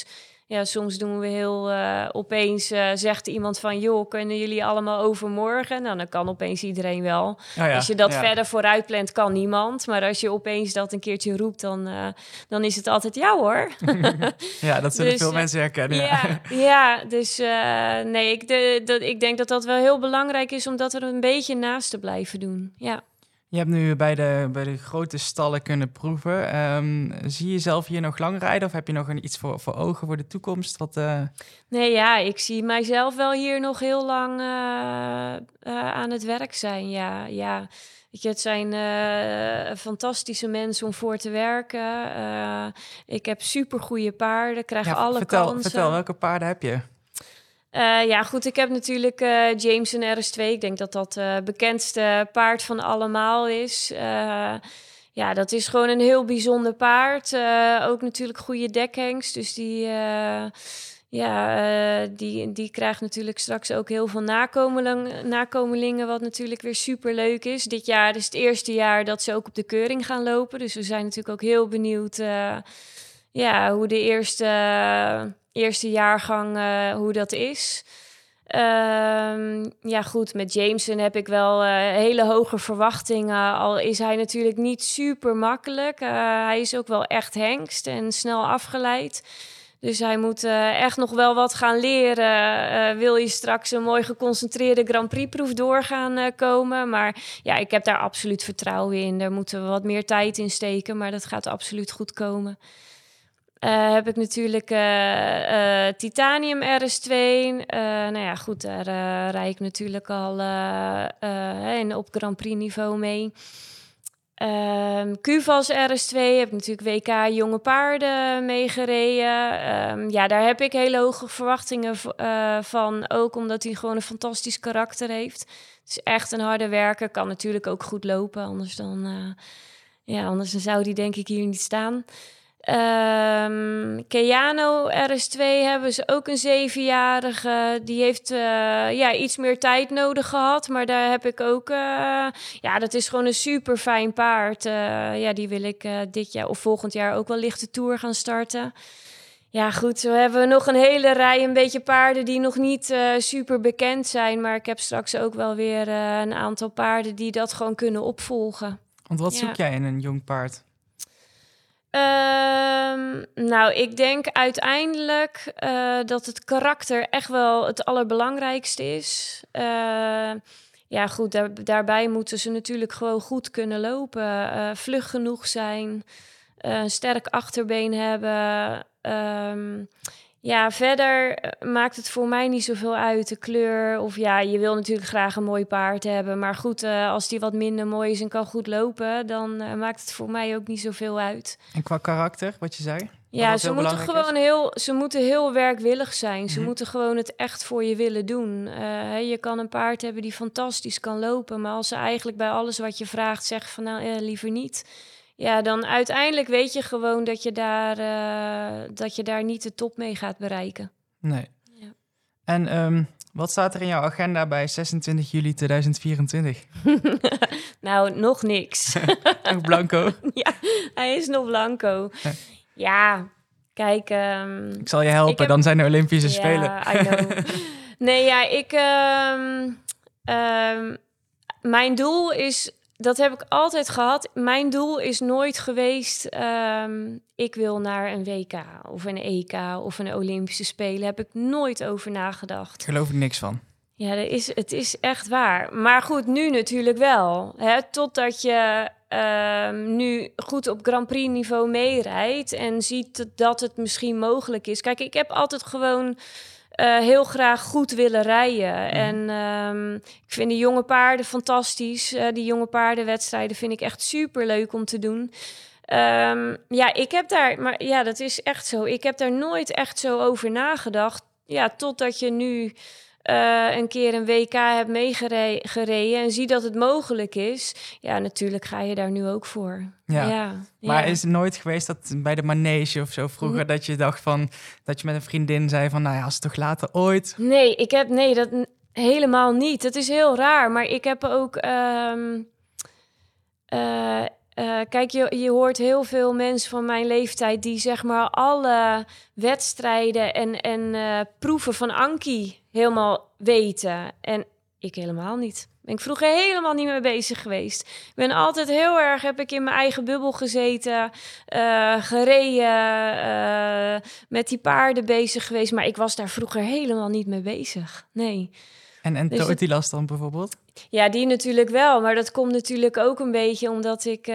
Ja, soms doen we heel opeens zegt iemand van joh, kunnen jullie allemaal overmorgen? Nou, dan kan opeens iedereen wel. Oh ja, Als je dat verder vooruit plant, kan niemand. Maar als je opeens dat een keertje roept, dan is het altijd ja hoor. Ja, dat zullen Dus, veel mensen herkennen. Dus nee, ik denk dat dat wel heel belangrijk is om dat er een beetje naast te blijven doen. Ja. Je hebt nu bij de grote stallen kunnen proeven. Zie je jezelf hier nog lang rijden of heb je nog iets voor ogen voor de toekomst? Nee, ja, ik zie mijzelf wel hier nog heel lang aan het werk zijn. Ja. Weet je, het zijn fantastische mensen om voor te werken. Ik heb supergoeie paarden, krijg alle kansen. Vertel, welke paarden heb je? Ja, goed, ik heb natuurlijk Jameson RS2. Ik denk dat dat bekendste paard van allemaal is. Ja, dat is gewoon een heel bijzonder paard. Ook natuurlijk goede dekhengst. Dus die krijgt natuurlijk straks ook heel veel nakomelingen, wat natuurlijk weer super leuk is. Dit jaar is het eerste jaar dat ze ook op de keuring gaan lopen. Dus we zijn natuurlijk ook heel benieuwd hoe de eerste jaargang, hoe dat is. Ja goed, met Jameson heb ik wel hele hoge verwachtingen. Al is hij natuurlijk niet super makkelijk. Hij is ook wel echt hengst en snel afgeleid. Dus hij moet echt nog wel wat gaan leren. Wil je straks een mooi geconcentreerde Grand Prix-proef door gaan komen. Maar ja, ik heb daar absoluut vertrouwen in. Daar moeten we wat meer tijd in steken, maar dat gaat absoluut goed komen. Heb ik natuurlijk Titanium RS2. Nou ja, goed, daar rijd ik natuurlijk al op Grand Prix niveau mee. Cuvas RS2 heb ik natuurlijk WK jonge paarden mee gereden. Ja, daar heb ik hele hoge verwachtingen van. Ook omdat hij gewoon een fantastisch karakter heeft. Het is echt een harde werker. Kan natuurlijk ook goed lopen. Anders dan zou die denk ik hier niet staan. Keano RS2 hebben ze ook een 7-jarige. Die heeft iets meer tijd nodig gehad. Maar daar heb ik ook... dat is gewoon een super fijn paard. Die wil ik dit jaar of volgend jaar ook wel lichte tour gaan starten. Ja, goed, zo hebben we nog een hele rij een beetje paarden die nog niet super bekend zijn. Maar ik heb straks ook wel weer een aantal paarden die dat gewoon kunnen opvolgen. Want wat zoek jij in een jong paard? Nou, ik denk uiteindelijk dat het karakter echt wel het allerbelangrijkste is. Ja, goed, daarbij moeten ze natuurlijk gewoon goed kunnen lopen. Vlug genoeg zijn. Een sterk achterbeen hebben. Verder maakt het voor mij niet zoveel uit, de kleur. Of ja, je wil natuurlijk graag een mooi paard hebben. Maar goed, als die wat minder mooi is en kan goed lopen, dan maakt het voor mij ook niet zoveel uit. En qua karakter, wat je zei? Ja, ze moeten heel werkwillig zijn. Ze moeten gewoon het echt voor je willen doen. Je kan een paard hebben die fantastisch kan lopen, maar als ze eigenlijk bij alles wat je vraagt zeggen van nou, liever niet. Ja, dan uiteindelijk weet je gewoon dat je daar niet de top mee gaat bereiken. Nee. Ja. En wat staat er in jouw agenda bij 26 juli 2024? Nou, nog niks. Nog blanco? Ja, hij is nog blanco. Ja, kijk... ik zal je helpen, dan zijn er Olympische Spelen. Ja, I know. Nee, ja, mijn doel is... Dat heb ik altijd gehad. Mijn doel is nooit geweest... ik wil naar een WK of een EK of een Olympische Spelen. Heb ik nooit over nagedacht. Daar geloof ik niks van. Ja, het is echt waar. Maar goed, nu natuurlijk wel. Hè? Totdat je nu goed op Grand Prix niveau meerijdt... en ziet dat het misschien mogelijk is. Kijk, ik heb altijd gewoon... heel graag goed willen rijden. En ik vind de jonge paarden fantastisch. Die jonge paardenwedstrijden vind ik echt super leuk om te doen. Ik heb daar... Maar ja, dat is echt zo. Ik heb daar nooit echt zo over nagedacht. Ja, totdat je nu een keer een WK hebt meegereden... en zie dat het mogelijk is. Ja, natuurlijk ga je daar nu ook voor. Ja. Maar is het nooit geweest dat bij de manege of zo vroeger... dat je dacht van... dat je met een vriendin zei van... nou ja, als het toch later ooit... Nee, dat helemaal niet. Het is heel raar, maar ik heb ook... kijk, je hoort heel veel mensen van mijn leeftijd die zeg maar alle wedstrijden en proeven van Ankie helemaal weten. En ik helemaal niet. Ben ik vroeger helemaal niet mee bezig geweest. Ik ben altijd heel erg, heb ik in mijn eigen bubbel gezeten, gereden, met die paarden bezig geweest. Maar ik was daar vroeger helemaal niet mee bezig. Nee. En Dus Totilas dan bijvoorbeeld? Ja, die natuurlijk wel. Maar dat komt natuurlijk ook een beetje omdat ik...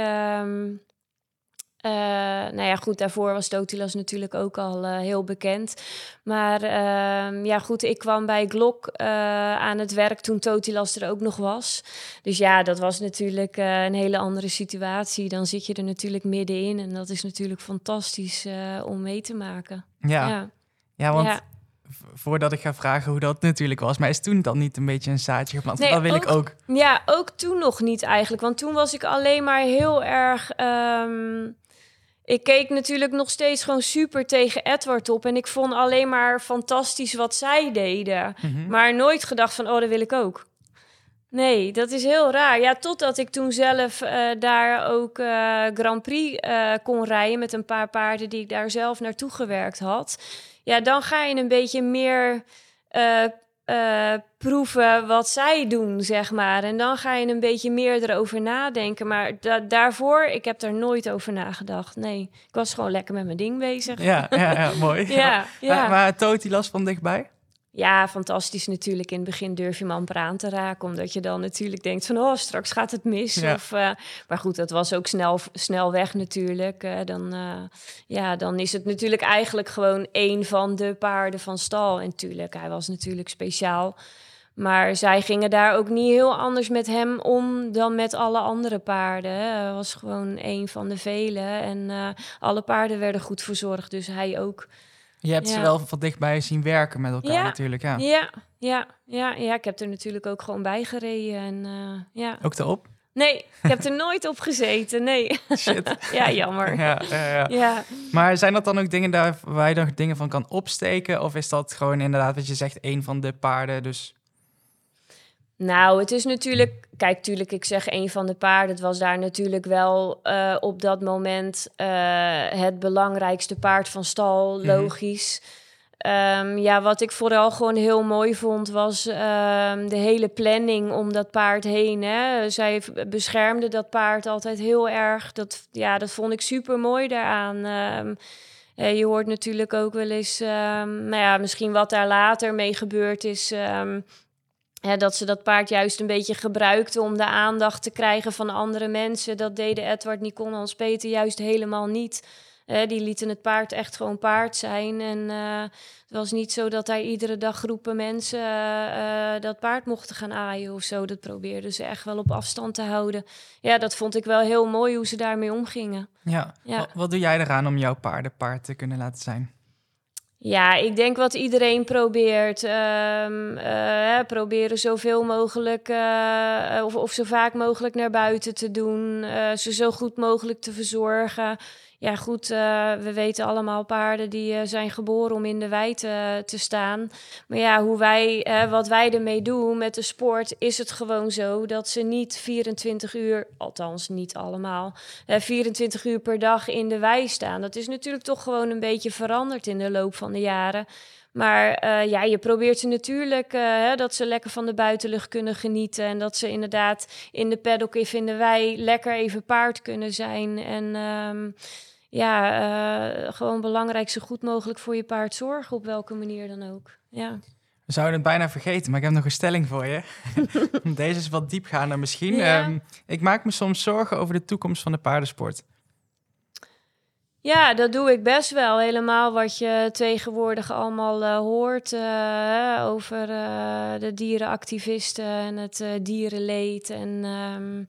nou ja, goed, daarvoor was Totilas natuurlijk ook al heel bekend. Maar ja, goed, ik kwam bij Glock aan het werk toen Totilas er ook nog was. Dus ja, dat was natuurlijk een hele andere situatie. Dan zit je er natuurlijk middenin en dat is natuurlijk fantastisch om mee te maken. Ja, want voordat ik ga vragen hoe dat natuurlijk was, maar is toen dan niet een beetje een zaadje geplant? Nee, dat wil ik ook. Ja, ook toen nog niet eigenlijk. Want toen was ik alleen maar heel erg... ik keek natuurlijk nog steeds gewoon super tegen Edward op. En ik vond alleen maar fantastisch wat zij deden. Mm-hmm. Maar nooit gedacht van, oh, dat wil ik ook. Nee, dat is heel raar. Ja, totdat ik toen zelf daar ook Grand Prix kon rijden... met een paar paarden die ik daar zelf naartoe gewerkt had. Ja, dan ga je een beetje meer... proeven wat zij doen, zeg maar. En dan ga je een beetje meer erover nadenken. Maar daarvoor, ik heb daar nooit over nagedacht. Nee, ik was gewoon lekker met mijn ding bezig. Ja, mooi. Ja. Maar Totilas van dichtbij? Ja, fantastisch natuurlijk. In het begin durf je me amper aan te raken. Omdat je dan natuurlijk denkt van... oh, straks gaat het mis. Ja. Maar goed, dat was ook snel weg natuurlijk. Dan is het natuurlijk eigenlijk gewoon één van de paarden van stal. En tuurlijk, hij was natuurlijk speciaal. Maar zij gingen daar ook niet heel anders met hem om dan met alle andere paarden. Hij was gewoon één van de velen. En alle paarden werden goed verzorgd, dus hij ook. Je hebt ze wel van dichtbij zien werken met elkaar natuurlijk. Ja, ik heb er natuurlijk ook gewoon bij gereden. En, Ook erop? Nee, ik heb er nooit op gezeten, nee. Shit. Ja, jammer. Ja. Maar zijn dat dan ook dingen daar waar je nog dingen van kan opsteken? Of is dat gewoon inderdaad wat je zegt, één van de paarden, dus... Nou, het is natuurlijk... Kijk, tuurlijk, ik zeg een van de paarden. Het was daar natuurlijk wel op dat moment het belangrijkste paard van stal, logisch. Wat ik vooral gewoon heel mooi vond, was de hele planning om dat paard heen. Hè. Zij beschermde dat paard altijd heel erg. Dat vond ik super mooi daaraan. Je hoort natuurlijk ook wel eens... misschien wat daar later mee gebeurd is... dat ze dat paard juist een beetje gebruikten om de aandacht te krijgen van andere mensen. Dat deden Edward, Nicole en Hans-Peter juist helemaal niet. Die lieten het paard echt gewoon paard zijn. En het was niet zo dat daar iedere dag groepen mensen dat paard mochten gaan aaien of zo. Dat probeerden ze echt wel op afstand te houden. Ja, dat vond ik wel heel mooi hoe ze daarmee omgingen. Ja. Wat doe jij eraan om jouw paardenpaard te kunnen laten zijn? Ja, ik denk wat iedereen probeert. Proberen zoveel mogelijk of zo vaak mogelijk naar buiten te doen. Ze zo goed mogelijk te verzorgen. Ja, goed, we weten allemaal paarden die zijn geboren om in de wei te staan. Maar ja, wat wij ermee doen met de sport, is het gewoon zo dat ze niet 24 uur, althans niet allemaal, 24 uur per dag in de wei staan. Dat is natuurlijk toch gewoon een beetje veranderd in de loop van de jaren. Maar je probeert ze natuurlijk dat ze lekker van de buitenlucht kunnen genieten. En dat ze inderdaad in de paddock of in de wei lekker even paard kunnen zijn. En gewoon belangrijk zo goed mogelijk voor je paard zorgen, op welke manier dan ook. Ja. We zouden het bijna vergeten, maar ik heb nog een stelling voor je. Deze is wat diepgaander misschien. Ja. Ik maak me soms zorgen over de toekomst van de paardensport. Ja, dat doe ik best wel. Helemaal wat je tegenwoordig allemaal hoort over de dierenactivisten en het dierenleed. En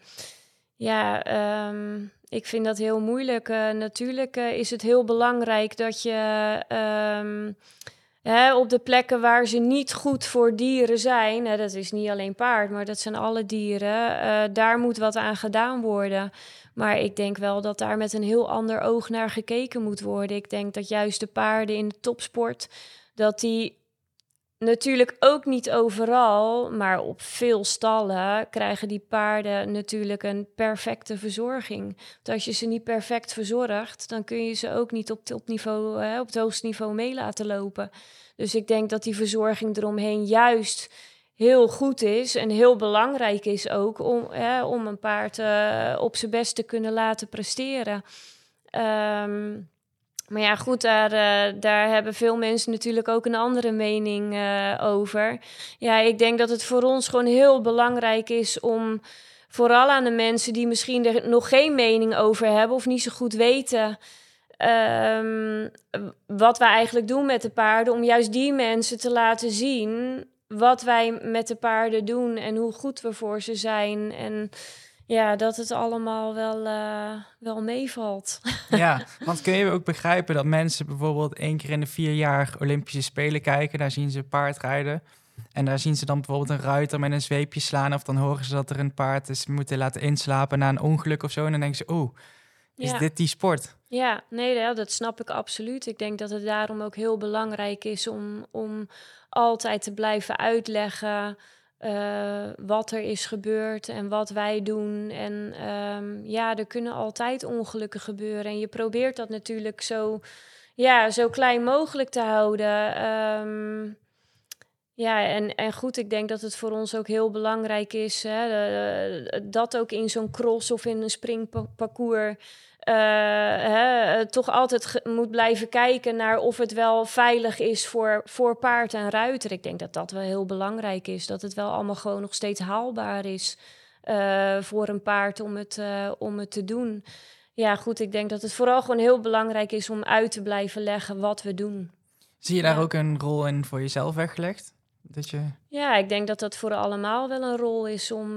ik vind dat heel moeilijk. Natuurlijk is het heel belangrijk dat je op de plekken waar ze niet goed voor dieren zijn... dat is niet alleen paard, maar dat zijn alle dieren... daar moet wat aan gedaan worden. Maar ik denk wel dat daar met een heel ander oog naar gekeken moet worden. Ik denk dat juist de paarden in de topsport... dat die natuurlijk ook niet overal, maar op veel stallen krijgen die paarden natuurlijk een perfecte verzorging. Want als je ze niet perfect verzorgt, dan kun je ze ook niet op het hoogste niveau mee laten lopen. Dus ik denk dat die verzorging eromheen juist heel goed is en heel belangrijk is ook om een paard op zijn best te kunnen laten presteren. Maar ja, goed, daar hebben veel mensen natuurlijk ook een andere mening over. Ja, ik denk dat het voor ons gewoon heel belangrijk is om vooral aan de mensen die misschien er nog geen mening over hebben of niet zo goed weten wat wij eigenlijk doen met de paarden, om juist die mensen te laten zien wat wij met de paarden doen en hoe goed we voor ze zijn. En ja, dat het allemaal wel meevalt. Ja, want kun je ook begrijpen dat mensen bijvoorbeeld 1 keer in de 4 jaar Olympische Spelen kijken, daar zien ze paardrijden. En daar zien ze dan bijvoorbeeld een ruiter met een zweepje slaan, of dan horen ze dat er een paard is moeten laten inslapen na een ongeluk of zo. En dan denken ze, is dit die sport? Ja, nee, dat snap ik absoluut. Ik denk dat het daarom ook heel belangrijk is om altijd te blijven uitleggen wat er is gebeurd en wat wij doen. En er kunnen altijd ongelukken gebeuren. En je probeert dat natuurlijk zo klein mogelijk te houden. En goed, ik denk dat het voor ons ook heel belangrijk is dat ook in zo'n cross of in een springparcours toch altijd moet blijven kijken naar of het wel veilig is voor paard en ruiter. Ik denk dat dat wel heel belangrijk is. Dat het wel allemaal gewoon nog steeds haalbaar is voor een paard om het te doen. Ja, goed, ik denk dat het vooral gewoon heel belangrijk is om uit te blijven leggen wat we doen. Zie je daar ook een rol in voor jezelf weggelegd? Ja, ik denk dat dat voor allemaal wel een rol is om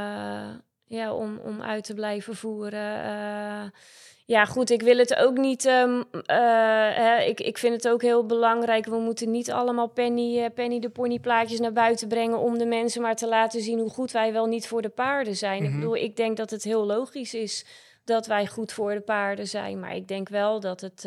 uit te blijven voeren. Ja, goed, ik wil het ook niet. Ik vind het ook heel belangrijk. We moeten niet allemaal Penny de Pony plaatjes naar buiten brengen om de mensen maar te laten zien hoe goed wij wel niet voor de paarden zijn. Mm-hmm. Ik bedoel, ik denk dat het heel logisch is dat wij goed voor de paarden zijn. Maar ik denk wel dat het.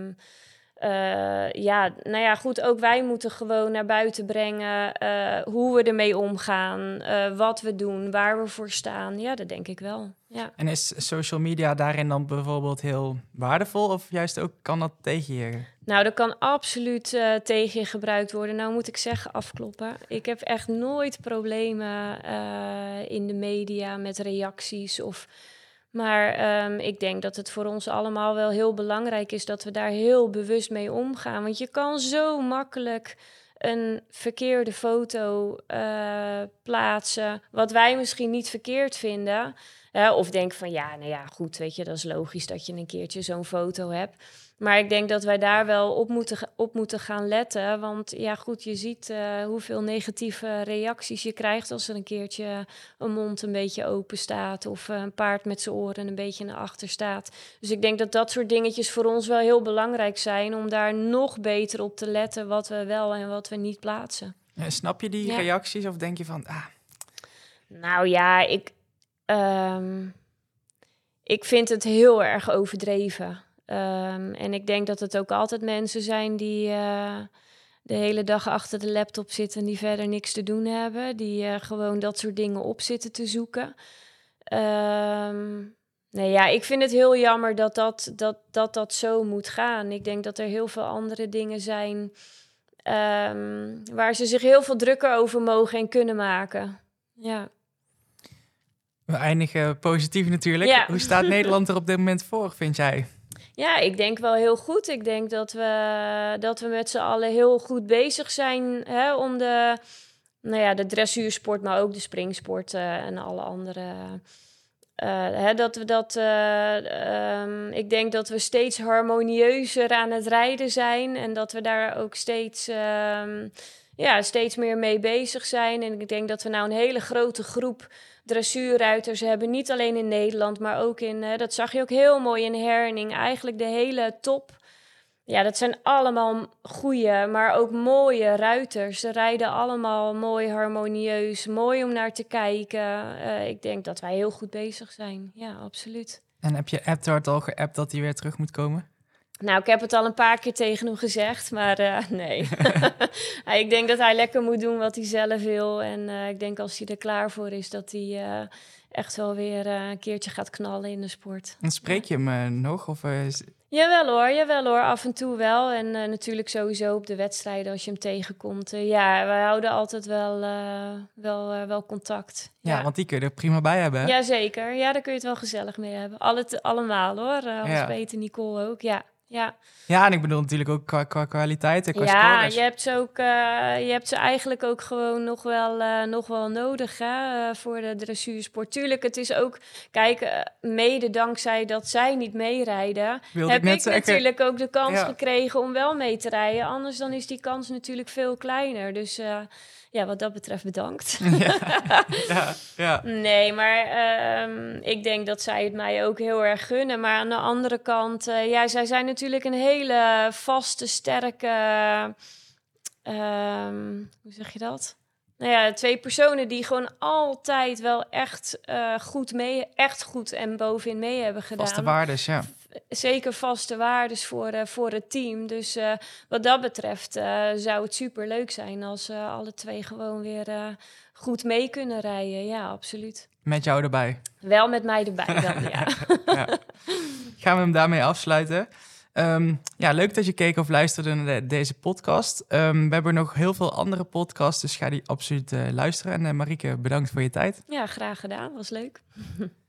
Goed, ook wij moeten gewoon naar buiten brengen hoe we ermee omgaan, wat we doen, waar we voor staan. Ja, dat denk ik wel. Ja. En is social media daarin dan bijvoorbeeld heel waardevol of juist ook kan dat tegen je? Nou, dat kan absoluut tegen je gebruikt worden. Nou moet ik zeggen, afkloppen. Ik heb echt nooit problemen in de media met reacties Maar ik denk dat het voor ons allemaal wel heel belangrijk is dat we daar heel bewust mee omgaan. Want je kan zo makkelijk een verkeerde foto plaatsen, wat wij misschien niet verkeerd vinden. Of denken van, goed, weet je, dat is logisch dat je een keertje zo'n foto hebt. Maar ik denk dat wij daar wel op moeten gaan letten. Want ja, goed, je ziet hoeveel negatieve reacties je krijgt als er een keertje een mond een beetje open staat of een paard met zijn oren een beetje naar achter staat. Dus ik denk dat dat soort dingetjes voor ons wel heel belangrijk zijn om daar nog beter op te letten wat we wel en wat we niet plaatsen. Ja, snap je die reacties of denk je van... Nou ja, ik vind het heel erg overdreven. En ik denk dat het ook altijd mensen zijn die de hele dag achter de laptop zitten en die verder niks te doen hebben. Die gewoon dat soort dingen op zitten te zoeken. Ik vind het heel jammer dat zo moet gaan. Ik denk dat er heel veel andere dingen zijn waar ze zich heel veel drukker over mogen en kunnen maken. Ja. We eindigen positief natuurlijk. Ja. Hoe staat Nederland er op dit moment voor, vind jij? Ja, ik denk wel heel goed. Ik denk dat we met z'n allen heel goed bezig zijn om de dressuursport, maar ook de springsport en alle andere. Ik denk dat we steeds harmonieuzer aan het rijden zijn en dat we daar ook steeds meer mee bezig zijn. En ik denk dat we nou een hele grote groep dressuurruiters hebben, niet alleen in Nederland, maar ook dat zag je ook heel mooi in Herning, eigenlijk de hele top. Ja, dat zijn allemaal goede, maar ook mooie ruiters. Ze rijden allemaal mooi harmonieus, mooi om naar te kijken. Ik denk dat wij heel goed bezig zijn. Ja, absoluut. En heb je Edward al geappt dat hij weer terug moet komen? Nou, ik heb het al een paar keer tegen hem gezegd, maar nee. Ik denk dat hij lekker moet doen wat hij zelf wil. En ik denk als hij er klaar voor is, dat hij echt wel weer een keertje gaat knallen in de sport. En spreek je hem nog? Of, Jawel hoor, af en toe wel. En natuurlijk sowieso op de wedstrijden als je hem tegenkomt. Ja, wij houden altijd wel contact. Ja, want die kun je er prima bij hebben. Hè? Jazeker, ja, daar kun je het wel gezellig mee hebben. Allemaal hoor, Hans-Peter, Nicole ook, ja. Ja, en ik bedoel natuurlijk ook qua kwaliteit en qua ja, scores. je hebt ze eigenlijk ook gewoon nog wel nodig hè, voor de dressuursport. Tuurlijk, het is ook, kijk, mede dankzij dat zij niet meerijden, heb ik natuurlijk ook de kans gekregen om wel mee te rijden. Anders dan is die kans natuurlijk veel kleiner. Dus ja, wat dat betreft bedankt. Ja. Nee, maar ik denk dat zij het mij ook heel erg gunnen. Maar aan de andere kant, zij zijn natuurlijk een hele vaste, sterke... hoe zeg je dat? Nou ja, 2 personen die gewoon altijd wel echt goed en bovenin mee hebben gedaan. Vaste waardes, ja. Zeker vaste waardes voor het team. Dus wat dat betreft zou het super leuk zijn als alle 2 gewoon weer goed mee kunnen rijden. Ja, absoluut. Met jou erbij? Wel met mij erbij dan, ja. Gaan we hem daarmee afsluiten? Leuk dat je keek of luisterde naar deze podcast. We hebben nog heel veel andere podcasts, dus ga die absoluut luisteren. En Marieke, bedankt voor je tijd. Ja, graag gedaan. Was leuk.